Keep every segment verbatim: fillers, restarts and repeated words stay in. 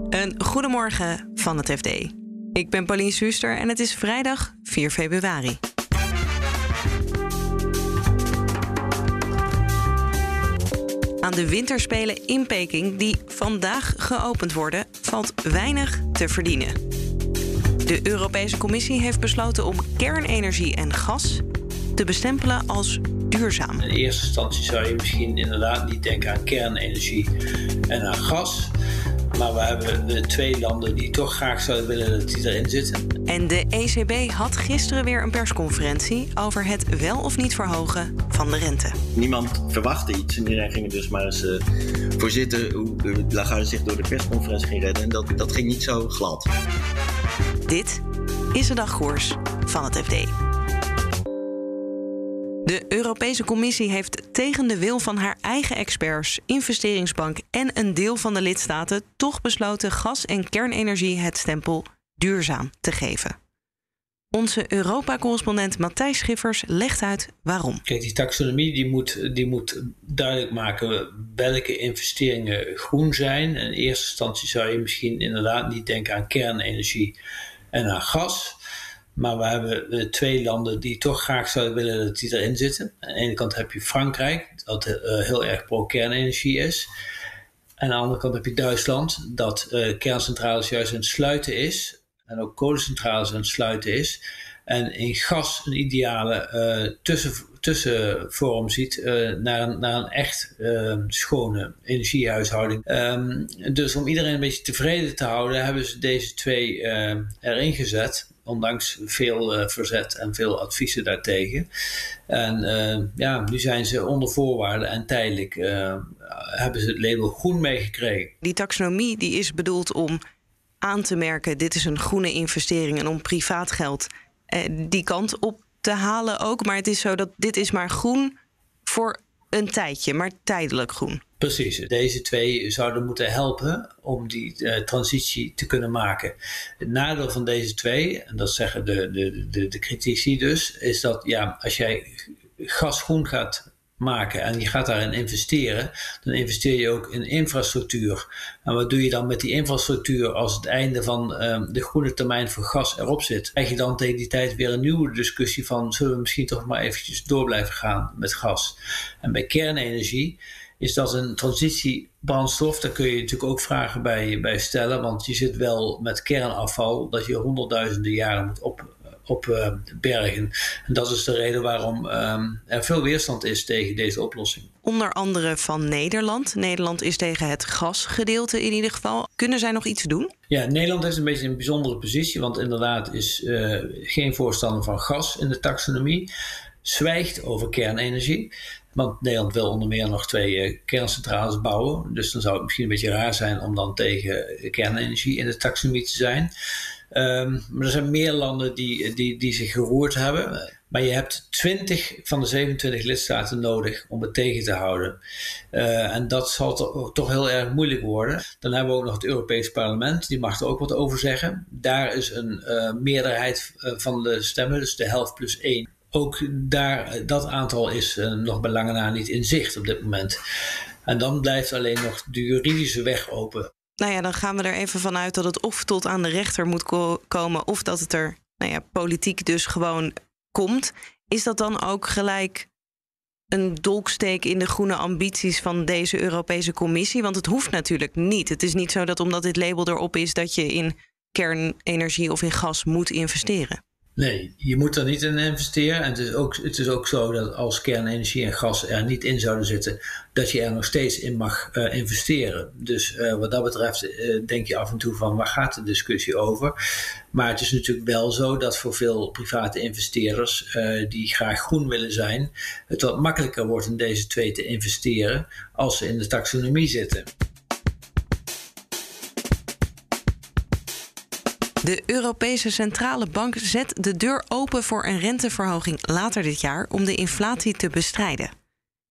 Een goedemorgen van het F D. Ik ben Pauline Schuster en het is vrijdag vier februari. Aan de winterspelen in Peking, die vandaag geopend worden, valt weinig te verdienen. De Europese Commissie heeft besloten om kernenergie en gas te bestempelen als duurzaam. In eerste instantie zou je misschien inderdaad niet denken aan kernenergie en aan gas. Maar we hebben de twee landen die toch graag zouden willen dat die erin zitten. En de E C B had gisteren weer een persconferentie over het wel of niet verhogen van de rente. Niemand verwachtte iets en iedereen ging er dus maar eens uh, voor zitten hoe Lagarde zich door de persconferentie ging redden. En dat, dat ging niet zo glad. Dit is de dagkoers van het F D. De Europese Commissie heeft tegen de wil van haar eigen experts, investeringsbank en een deel van de lidstaten toch besloten gas- en kernenergie het stempel duurzaam te geven. Onze Europa-correspondent Matthijs Schiffers legt uit waarom. Kijk, die taxonomie die moet, die moet duidelijk maken welke investeringen groen zijn. In eerste instantie zou je misschien inderdaad niet denken aan kernenergie en aan gas. Maar we hebben twee landen die toch graag zouden willen dat die erin zitten. Aan de ene kant heb je Frankrijk, dat uh, heel erg pro-kernenergie is. En aan de andere kant heb je Duitsland, dat uh, kerncentrales juist aan het sluiten is. En ook kolencentrales aan het sluiten is. En in gas een ideale uh, tussen, tussenvorm ziet uh, naar, een, naar een echt uh, schone energiehuishouding. Um, dus om iedereen een beetje tevreden te houden hebben ze deze twee uh, erin gezet. Ondanks veel uh, verzet en veel adviezen daartegen. En uh, ja, nu zijn ze onder voorwaarden en tijdelijk uh, hebben ze het label groen meegekregen. Die taxonomie die is bedoeld om aan te merken, dit is een groene investering en om privaat geld eh, die kant op te halen ook. Maar het is zo dat dit is maar groen voor een tijdje, maar tijdelijk groen. Precies, deze twee zouden moeten helpen om die uh, transitie te kunnen maken. Het nadeel van deze twee, en dat zeggen de, de, de, de critici dus, is dat ja, als jij gas groen gaat maken en je gaat daarin investeren, dan investeer je ook in infrastructuur. En wat doe je dan met die infrastructuur als het einde van uh, de groene termijn voor gas erop zit? Krijg je dan tegen die tijd weer een nieuwe discussie van zullen we misschien toch maar eventjes door blijven gaan met gas? En bij kernenergie is dat een transitiebrandstof. Daar kun je natuurlijk ook vragen bij, bij stellen, want je zit wel met kernafval dat je honderdduizenden jaren moet op opbergen. Uh, en dat is de reden waarom um, er veel weerstand is tegen deze oplossing. Onder andere van Nederland. Nederland is tegen het gasgedeelte in ieder geval. Kunnen zij nog iets doen? Ja, Nederland heeft een beetje een bijzondere positie, want inderdaad is uh, geen voorstander van gas in de taxonomie. Zwijgt over kernenergie. Want Nederland wil onder meer nog twee uh, kerncentrales bouwen. Dus dan zou het misschien een beetje raar zijn om dan tegen kernenergie in de taxonomie te zijn. Um, maar er zijn meer landen die, die, die zich geroerd hebben. Maar je hebt twintig van de zevenentwintig lidstaten nodig om het tegen te houden. Uh, en dat zal to- toch heel erg moeilijk worden. Dan hebben we ook nog het Europees Parlement. Die mag er ook wat over zeggen. Daar is een uh, meerderheid uh, van de stemmen, dus de helft plus één. Ook daar, dat aantal is uh, nog bij lange na niet in zicht op dit moment. En dan blijft alleen nog de juridische weg open. Nou ja, dan gaan we er even vanuit dat het of tot aan de rechter moet ko- komen, of dat het er nou ja, politiek dus gewoon komt. Is dat dan ook gelijk een dolksteek in de groene ambities van deze Europese Commissie? Want het hoeft natuurlijk niet. Het is niet zo dat omdat dit label erop is dat je in kernenergie of in gas moet investeren. Nee, je moet er niet in investeren. En het is, ook, het is ook zo dat als kernenergie en gas er niet in zouden zitten, dat je er nog steeds in mag uh, investeren. Dus uh, wat dat betreft uh, denk je af en toe van waar gaat de discussie over? Maar het is natuurlijk wel zo dat voor veel private investeerders uh, die graag groen willen zijn, het wat makkelijker wordt in deze twee te investeren als ze in de taxonomie zitten. De Europese Centrale Bank zet de deur open voor een renteverhoging later dit jaar om de inflatie te bestrijden.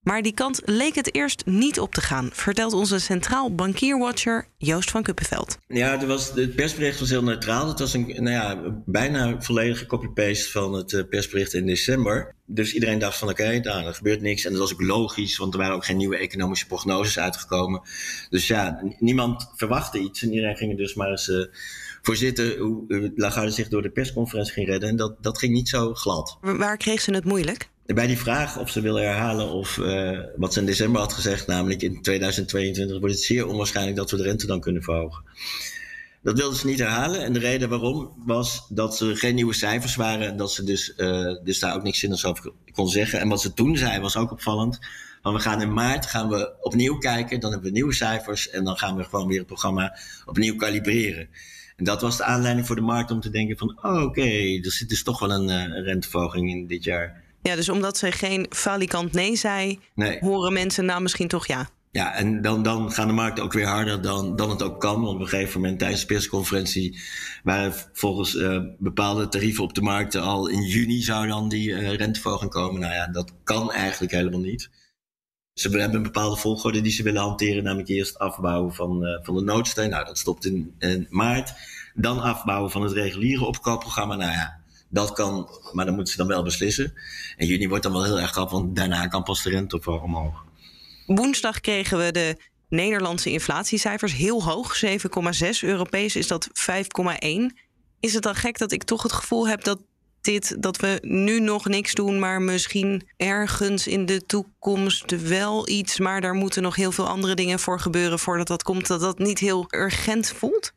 Maar die kant leek het eerst niet op te gaan, vertelt onze centraal bankierwatcher Joost van Kuppenveld. Ja, er was, het persbericht was heel neutraal. Het was een nou ja, bijna volledige copy-paste van het persbericht in december. Dus iedereen dacht van oké, okay, nou, er gebeurt niks. En dat was ook logisch, want er waren ook geen nieuwe economische prognoses uitgekomen. Dus ja, niemand verwachtte iets. En iedereen ging er dus maar eens uh, voor zitten hoe Lagarde zich door de persconferentie ging redden. En dat, dat ging niet zo glad. Waar kreeg ze het moeilijk? Bij die vraag of ze wilde herhalen of uh, wat ze in december had gezegd, namelijk in tweeduizend tweeëntwintig wordt het zeer onwaarschijnlijk dat we de rente dan kunnen verhogen. Dat wilden ze niet herhalen en de reden waarom was dat ze geen nieuwe cijfers waren en dat ze dus, uh, dus daar ook niks zinnigs over kon zeggen. En wat ze toen zei was ook opvallend. Van we gaan in maart gaan we opnieuw kijken, dan hebben we nieuwe cijfers en dan gaan we gewoon weer het programma opnieuw kalibreren. En dat was de aanleiding voor de markt om te denken van oh, oké, okay, er zit dus toch wel een uh, renteverhoging in dit jaar. Ja, dus omdat ze geen falikant nee zei, nee. Horen mensen nou misschien toch ja. Ja, en dan, dan gaan de markten ook weer harder dan, dan het ook kan. Want op een gegeven moment tijdens de persconferentie waren volgens uh, bepaalde tarieven op de markten al in juni zou dan die uh, renteverhoging komen. Nou ja, dat kan eigenlijk helemaal niet. Ze hebben een bepaalde volgorde die ze willen hanteren, namelijk eerst afbouwen van, uh, van de noodsteun. Nou, dat stopt in, in maart. Dan afbouwen van het reguliere opkoopprogramma. Nou ja, dat kan, maar dan moeten ze dan wel beslissen. En juni wordt dan wel heel erg grappig, want daarna kan pas de rente op omhoog. Woensdag kregen we de Nederlandse inflatiecijfers heel hoog, zeven komma zes. Europees is dat vijf komma één. Is het dan gek dat ik toch het gevoel heb dat, dit, dat we nu nog niks doen, maar misschien ergens in de toekomst wel iets, maar daar moeten nog heel veel andere dingen voor gebeuren voordat dat komt, dat dat niet heel urgent voelt?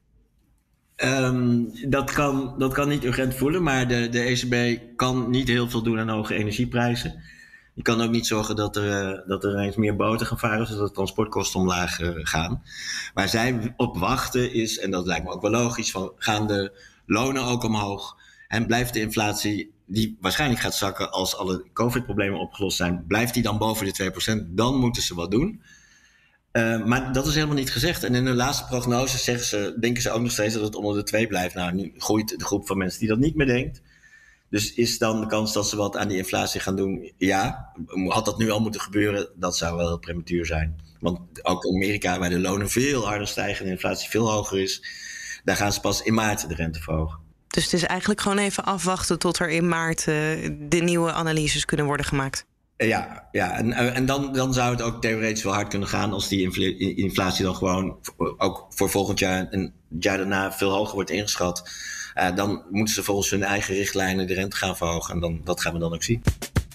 Um, dat, kan, dat kan niet urgent voelen, maar de, de E C B kan niet heel veel doen aan hoge energieprijzen. Je kan ook niet zorgen dat er, uh, dat er ineens meer boten gaan varen, zodat de transportkosten omlaag uh, gaan. Waar zij op wachten is, en dat lijkt me ook wel logisch, van gaan de lonen ook omhoog en blijft de inflatie, die waarschijnlijk gaat zakken als alle COVID-problemen opgelost zijn, blijft die dan boven de twee procent, dan moeten ze wat doen. Uh, maar dat is helemaal niet gezegd. En in de laatste prognose zeggen ze, denken ze ook nog steeds dat het onder de twee blijft. Nou, nu groeit de groep van mensen die dat niet meer denkt. Dus is dan de kans dat ze wat aan die inflatie gaan doen? Ja. Had dat nu al moeten gebeuren? Dat zou wel heel prematuur zijn. Want ook in Amerika, waar de lonen veel harder stijgen en de inflatie veel hoger is, daar gaan ze pas in maart de rente verhogen. Dus het is eigenlijk gewoon even afwachten tot er in maart uh, de nieuwe analyses kunnen worden gemaakt. Ja, ja. en, en dan, dan zou het ook theoretisch wel hard kunnen gaan als die inflatie dan gewoon ook voor volgend jaar en het jaar daarna veel hoger wordt ingeschat. Uh, dan moeten ze volgens hun eigen richtlijnen de rente gaan verhogen en dan, dat gaan we dan ook zien.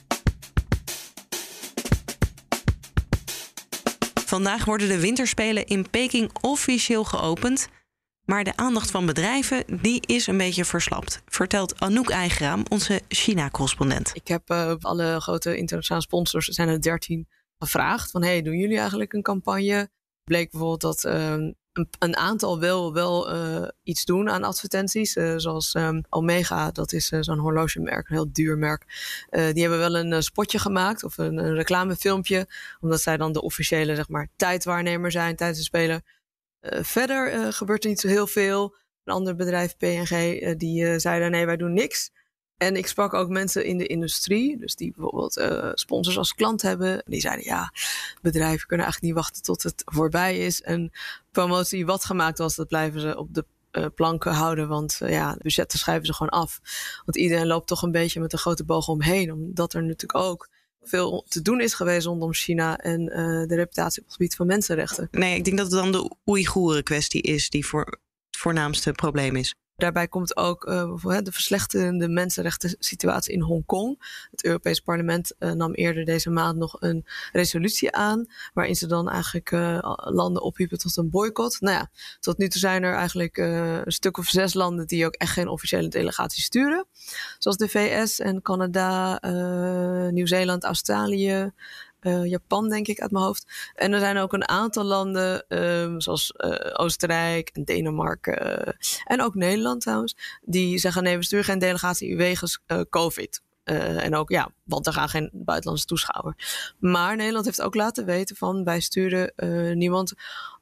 Vandaag worden de winterspelen in Peking officieel geopend. Maar de aandacht van bedrijven die is een beetje verslapt, vertelt Anouk Eigeraam, onze China-correspondent. Ik heb uh, alle grote internationale sponsors, er zijn er dertien, gevraagd van hey, doen jullie eigenlijk een campagne? Bleek bijvoorbeeld dat uh, een, een aantal wel, wel uh, iets doen aan advertenties. Uh, zoals um, Omega, dat is uh, zo'n horlogemerk, een heel duur merk. Uh, die hebben wel een uh, spotje gemaakt of een, een reclamefilmpje. Omdat zij dan de officiële zeg maar, tijdwaarnemer zijn tijdens de Spelen. Uh, verder uh, gebeurt er niet zo heel veel. Een ander bedrijf, P en G, uh, die uh, zeiden nee, wij doen niks. En ik sprak ook mensen in de industrie, dus die bijvoorbeeld uh, sponsors als klant hebben. Die zeiden ja, bedrijven kunnen eigenlijk niet wachten tot het voorbij is. En promotie wat gemaakt was, dat blijven ze op de uh, planken houden. Want uh, ja, de budgetten schrijven ze gewoon af. Want iedereen loopt toch een beetje met een grote boog omheen. Omdat er natuurlijk ook veel te doen is geweest rondom China en uh, de reputatie op het gebied van mensenrechten. Nee, ik denk dat het dan de Oeigoeren kwestie is die voor het voornaamste probleem is. Daarbij komt ook uh, de verslechterende mensenrechten situatie in Hongkong. Het Europees Parlement uh, nam eerder deze maand nog een resolutie aan, waarin ze dan eigenlijk uh, landen opriepen tot een boycott. Nou ja, tot nu toe zijn er eigenlijk uh, een stuk of zes landen die ook echt geen officiële delegatie sturen. Zoals de V S en Canada, uh, Nieuw-Zeeland, Australië, Uh, Japan, denk ik, uit mijn hoofd. En er zijn ook een aantal landen, um, zoals uh, Oostenrijk en Denemarken uh, en ook Nederland trouwens, die zeggen nee, we sturen geen delegatie wegens uh, COVID. Uh, en ook, ja, want er gaan geen buitenlandse toeschouwers. Maar Nederland heeft ook laten weten van, wij sturen uh, niemand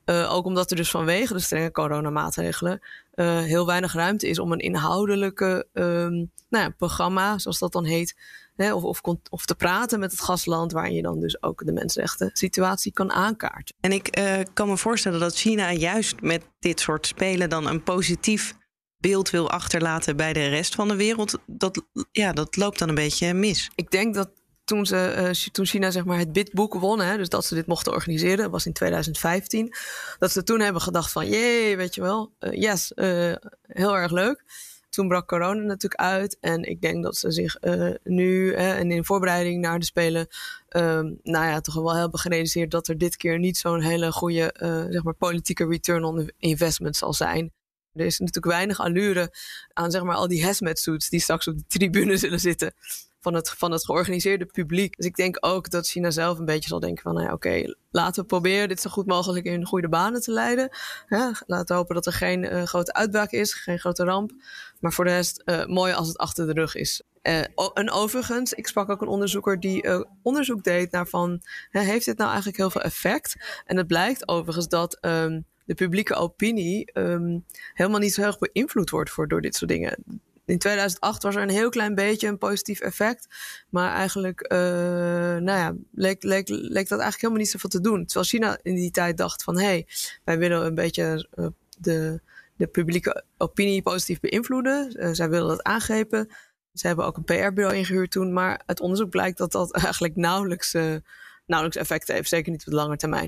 Uh, ook omdat er dus vanwege de strenge coronamaatregelen uh, heel weinig ruimte is om een inhoudelijke um, nou ja, programma, zoals dat dan heet, hè, of, of, of te praten met het gastland, waarin je dan dus ook de mensenrechten situatie kan aankaarten. En ik uh, kan me voorstellen dat China juist met dit soort spelen dan een positief beeld wil achterlaten bij de rest van de wereld. Dat, ja, dat loopt dan een beetje mis. Ik denk dat Toen, ze, uh, toen China zeg maar het Bidboek won, hè, dus dat ze dit mochten organiseren, dat was in twintig vijftien, dat ze toen hebben gedacht van, jee, weet je wel, uh, yes, uh, heel erg leuk. Toen brak corona natuurlijk uit en ik denk dat ze zich uh, nu uh, en in voorbereiding naar de Spelen, um, nou ja, toch wel hebben gerealiseerd dat er dit keer niet zo'n hele goede, uh, zeg maar, politieke return on investment zal zijn. Er is natuurlijk weinig allure aan, zeg maar, al die hazmat suits die straks op de tribune zullen zitten van het, van het georganiseerde publiek. Dus ik denk ook dat China zelf een beetje zal denken van, nou ja, oké, okay, laten we proberen dit zo goed mogelijk in goede banen te leiden. Ja, laten we hopen dat er geen uh, grote uitbraak is, geen grote ramp. Maar voor de rest, uh, mooi als het achter de rug is. Uh, en overigens, ik sprak ook een onderzoeker die uh, onderzoek deed naar van, hè, heeft dit nou eigenlijk heel veel effect? En het blijkt overigens dat um, de publieke opinie um, helemaal niet zo erg beïnvloed wordt voor, door dit soort dingen. In tweeduizend acht was er een heel klein beetje een positief effect. Maar eigenlijk uh, nou ja, leek, leek, leek dat eigenlijk helemaal niet zoveel te doen. Terwijl China in die tijd dacht van, hé, hey, wij willen een beetje uh, de, de publieke opinie positief beïnvloeden. Uh, zij willen dat aangrepen. Ze hebben ook een P R-bureau ingehuurd toen. Maar uit onderzoek blijkt dat dat eigenlijk nauwelijks, uh, nauwelijks effect heeft. Zeker niet op de lange termijn.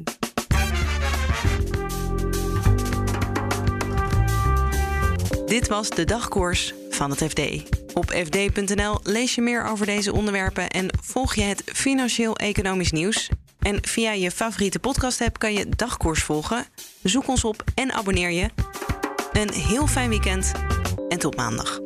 Dit was de dagkoers van het F D. Op f d punt n l lees je meer over deze onderwerpen en volg je het financieel-economisch nieuws. En via je favoriete podcast-app kan je dagkoers volgen. Zoek ons op en abonneer je. Een heel fijn weekend en tot maandag.